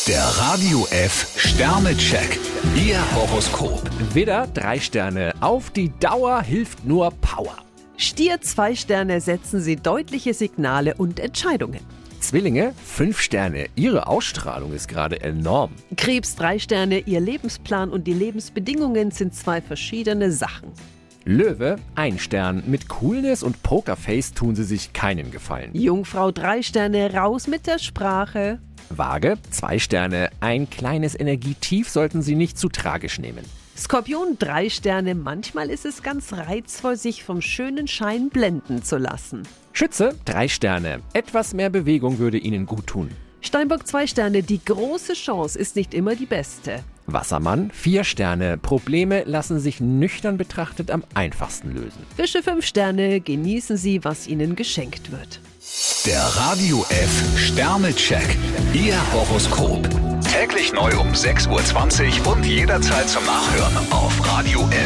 Der Radio F Sternecheck. Ihr Horoskop. Widder, 3 Sterne. Auf die Dauer hilft nur Power. Stier, 2 Sterne, setzen Sie deutliche Signale und Entscheidungen. Zwillinge, 5 Sterne. Ihre Ausstrahlung ist gerade enorm. Krebs, 3 Sterne, Ihr Lebensplan und die Lebensbedingungen sind 2 verschiedene Sachen. Löwe, 1 Stern. Mit Coolness und Pokerface tun Sie sich keinen Gefallen. Jungfrau, 3 Sterne, raus mit der Sprache. Waage, 2 Sterne. Ein kleines Energietief sollten Sie nicht zu tragisch nehmen. Skorpion, 3 Sterne, manchmal ist es ganz reizvoll, sich vom schönen Schein blenden zu lassen. Schütze, 3 Sterne. Etwas mehr Bewegung würde Ihnen gut tun. Steinbock, 2 Sterne, die große Chance ist nicht immer die beste. Wassermann, 4 Sterne. Probleme lassen sich nüchtern betrachtet am einfachsten lösen. Fische, 5 Sterne, genießen Sie, was Ihnen geschenkt wird. Der Radio F Sternecheck. Ihr Horoskop. Täglich neu um 6:20 Uhr und jederzeit zum Nachhören auf Radio F.